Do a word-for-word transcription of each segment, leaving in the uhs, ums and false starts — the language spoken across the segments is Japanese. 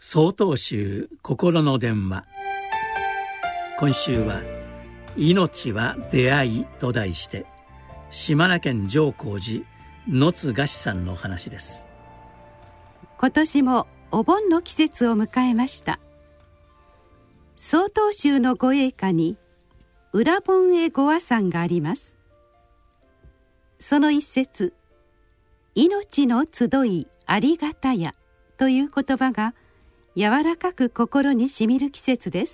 曹洞宗心の電話。今週は命は出会いと題して、島根県上光寺野津賀志さんのお話です。 今年もお盆の季節を迎えました。曹洞宗の御栄華に裏盆会御阿山があります。その一節、命の集いありがたやという言葉が柔らかく心にしみる季節です。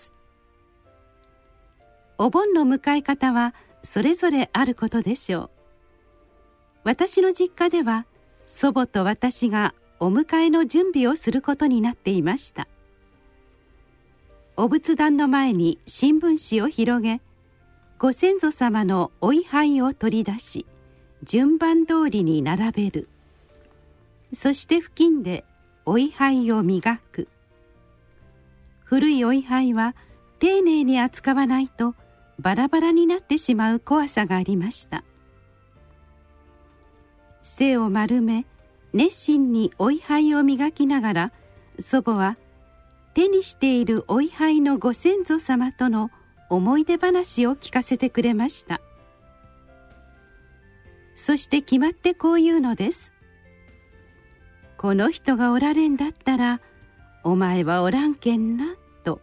お盆の迎え方はそれぞれあることでしょう。私の実家では祖母と私がお迎えの準備をすることになっていました。お仏壇の前に新聞紙を広げ、ご先祖様のお位牌を取り出し、順番通りに並べる。そして付近でお位牌を磨く。古いお位牌は丁寧に扱わないとバラバラになってしまう怖さがありました。背を丸め、熱心にお位牌を磨きながら、祖母は手にしているお位牌のご先祖様との思い出話を聞かせてくれました。そして決まってこう言うのです。この人がおられんだったらお前はおらんけんなと。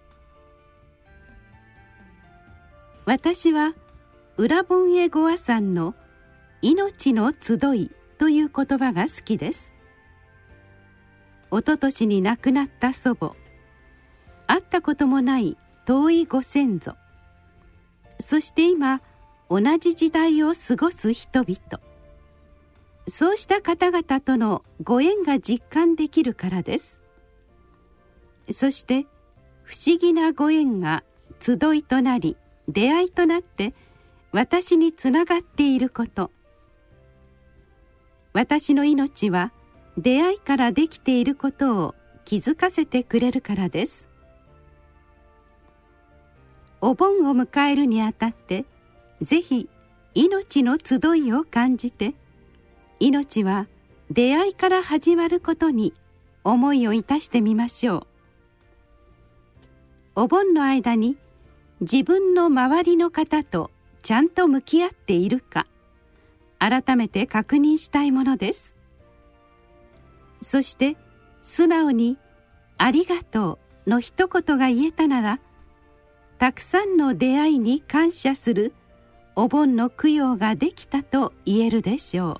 私は裏盆会御阿山の命の集いという言葉が好きです。おととしに亡くなった祖母、会ったこともない遠いご先祖、そして今同じ時代を過ごす人々、そうした方々とのご縁が実感できるからです。そして不思議なご縁が集いとなり出会いとなって私につながっていること、私の命は出会いからできていることを気づかせてくれるからです。お盆を迎えるにあたってぜひ命の集いを感じて、命は出会いから始まることに思いをいたしてみましょう。お盆の間に自分の周りの方とちゃんと向き合っているか、改めて確認したいものです。そして素直にありがとうの一言が言えたなら、たくさんの出会いに感謝するお盆の供養ができたと言えるでしょう。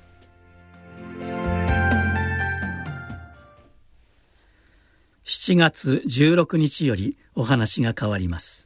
しちがつじゅうろくにちよりお話が変わります。